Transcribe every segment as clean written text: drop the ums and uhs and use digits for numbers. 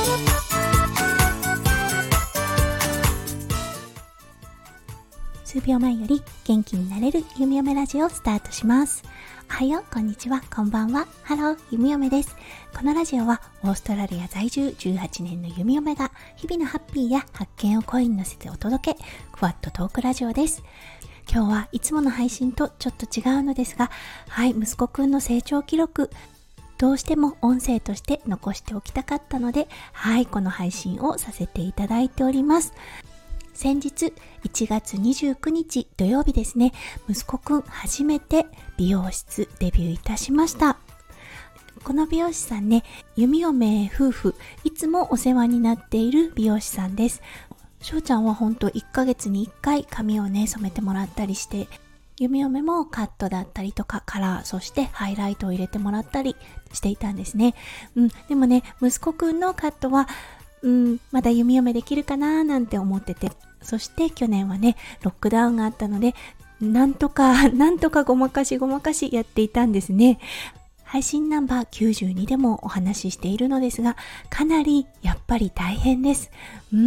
数秒前より元気になれるゆみおめラジオをスタートします。おはよう、こんにちは、こんばんは。ハロー、ゆみおめです。このラジオはオーストラリア在住18年のゆみおめが日々のハッピーや発見を声に乗せてお届け、クワッドトークラジオです。今日はいつもの配信とちょっと違うのですが、息子くんの成長記録、どうしても音声として残しておきたかったので、この配信をさせていただいております。先日1月29日土曜日ですね、息子くん初めて美容室デビューいたしました。この美容師さんね、ゆみおめ夫婦いつもお世話になっている美容師さんです。しょうちゃんはほんと1ヶ月に1回髪をね染めてもらったりして、ゆみおめもカットだったりとかカラー、そしてハイライトを入れてもらったりしていたんですね。でもね、息子くんのカットはまだゆみおめできるかななんて思ってて、そして去年はねロックダウンがあったので、なんとかごまかしやっていたんですね。配信ナンバー92でもお話ししているのですが、かなりやっぱり大変です。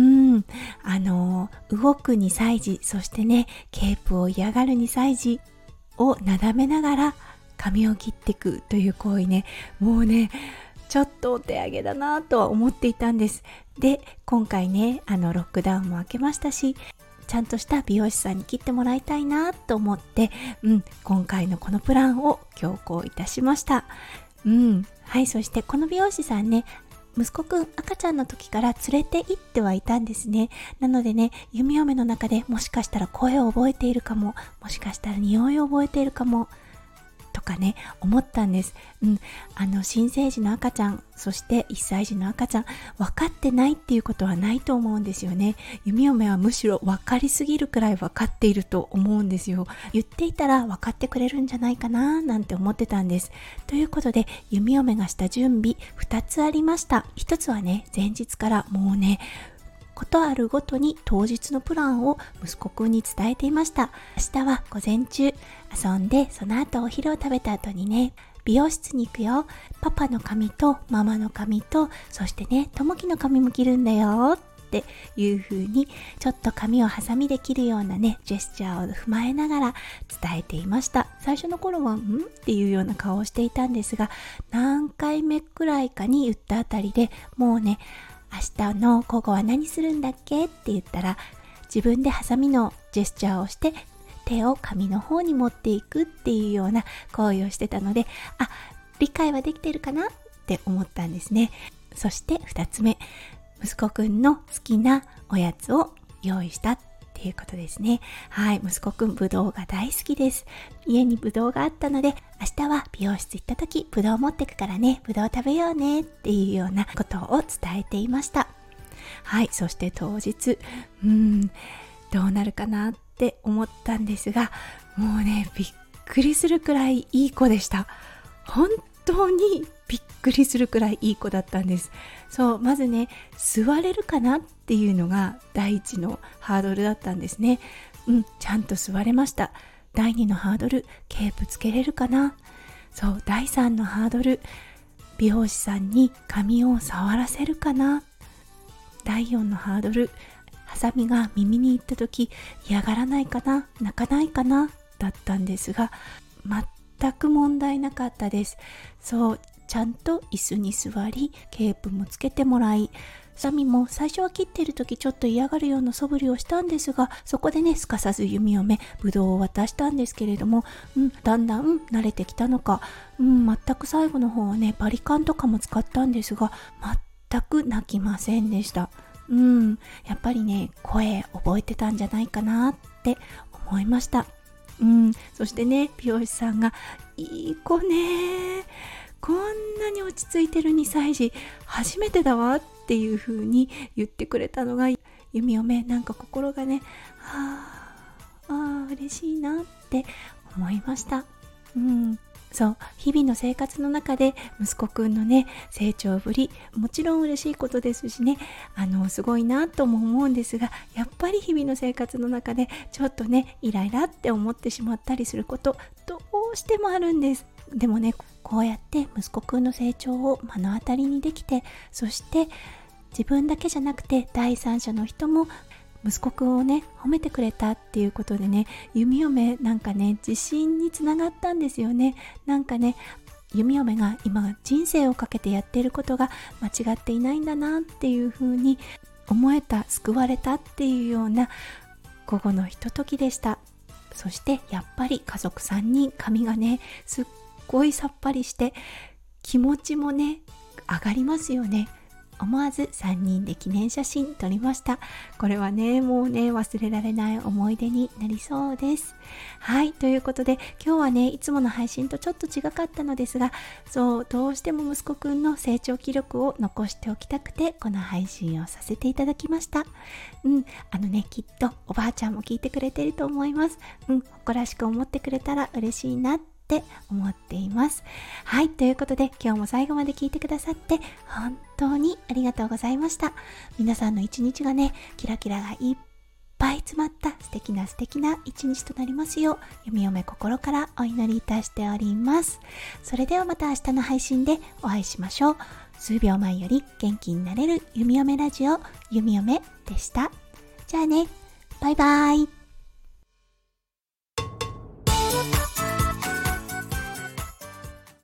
動く2歳児、そしてねケープを嫌がる2歳児をなだめながら髪を切っていくという行為ね、もうねちょっとお手上げだなとは思っていたんです。で、今回ねロックダウンも明けましたし、ちゃんとした美容師さんに切ってもらいたいなと思って、今回のこのプランを強行いたしました。そしてこの美容師さんね、息子くん赤ちゃんの時から連れて行ってはいたんですね。なのでね、ゆみおめの中でもしかしたら声を覚えているかも、もしかしたら匂いを覚えているかもとかね思ったんです。新生児の赤ちゃん、そして1歳児の赤ちゃん、分かってないっていうことはないと思うんですよね。ゆみおめはむしろ分かりすぎるくらい分かっていると思うんですよ。言っていたら分かってくれるんじゃないかななんて思ってたんです。ということで、ゆみおめがした準備2つありました。1つはね、前日からもうねことあるごとに当日のプランを息子くんに伝えていました。明日は午前中遊んで、その後お昼を食べた後にね美容室に行くよ。パパの髪とママの髪と、そしてねともきの髪も切るんだよっていう風に、ちょっと髪をハサミで切るようなねジェスチャーを踏まえながら伝えていました。最初の頃はっていうような顔をしていたんですが、何回目くらいかに言ったあたりで、もうね明日の午後は何するんだっけって言ったら、自分でハサミのジェスチャーをして手を髪の方に持っていくっていうような行為をしてたので、理解はできてるかなって思ったんですね。そして2つ目、息子くんの好きなおやつを用意したっていうことですね。息子くんぶどうが大好きです。家にぶどうがあったので、明日は美容室行った時ぶどう持ってくからね、ぶどう食べようねっていうようなことを伝えていました。そして当日どうなるかなって思ったんですが、もうねびっくりするくらいいい子でした。本当にびっくりするくらいいい子だったんです。まずね座れるかなっていうのが第一のハードルだったんですね。ちゃんと座れました。第2のハードル、ケープつけれるかな。第3のハードル、美容師さんに髪を触らせるかな。第4のハードル、ハサミが耳に行った時嫌がらないかな、泣かないかなだったんですが、全く問題なかったです。ちゃんと椅子に座り、ケープもつけてもらい、ハサミも最初は切っている時ちょっと嫌がるような素振りをしたんですが、そこでねすかさず弓嫁ぶどうを渡したんですけれども、だんだん慣れてきたのか、全く最後の方はねバリカンとかも使ったんですが、全く泣きませんでした。やっぱりね声覚えてたんじゃないかなって思いました。そしてね美容師さんがいい子ね、こんなに落ち着いてる2歳児初めてだわっていう風に言ってくれたのが、弓嫁なんか心がね嬉しいなって思いました。日々の生活の中で息子くんのね成長ぶり、もちろん嬉しいことですしね、すごいなとも思うんですが、やっぱり日々の生活の中でちょっとねイライラって思ってしまったりすることどうしてもあるんです。でもねこうやって息子くんの成長を目の当たりにできて、そして自分だけじゃなくて第三者の人も息子くんをね褒めてくれたっていうことでね、弓嫁なんかね自信につながったんですよね。なんかね、弓嫁が今人生をかけてやっていることが間違っていないんだなっていう風に思えた、救われたっていうような午後のひとときでした。そしてやっぱり家族3人髪がねすっごいさっぱりして気持ちもね上がりますよね。思わず3人で記念写真撮りました。これはねもうね忘れられない思い出になりそうです。はい、ということで今日はねいつもの配信とちょっと違かったのですが、そうどうしても息子くんの成長記録を残しておきたくてこの配信をさせていただきました。きっとおばあちゃんも聞いてくれていると思います。誇らしく思ってくれたら嬉しいなって思っています。はい、ということで今日も最後まで聞いてくださって本当にありがとうございました。皆さんの一日がねキラキラがいっぱい詰まった素敵な一日となりますよう、弓嫁心からお祈りいたしております。それではまた明日の配信でお会いしましょう。数秒前より元気になれる弓嫁ラジオ、弓嫁でした。じゃあね、バイバイ。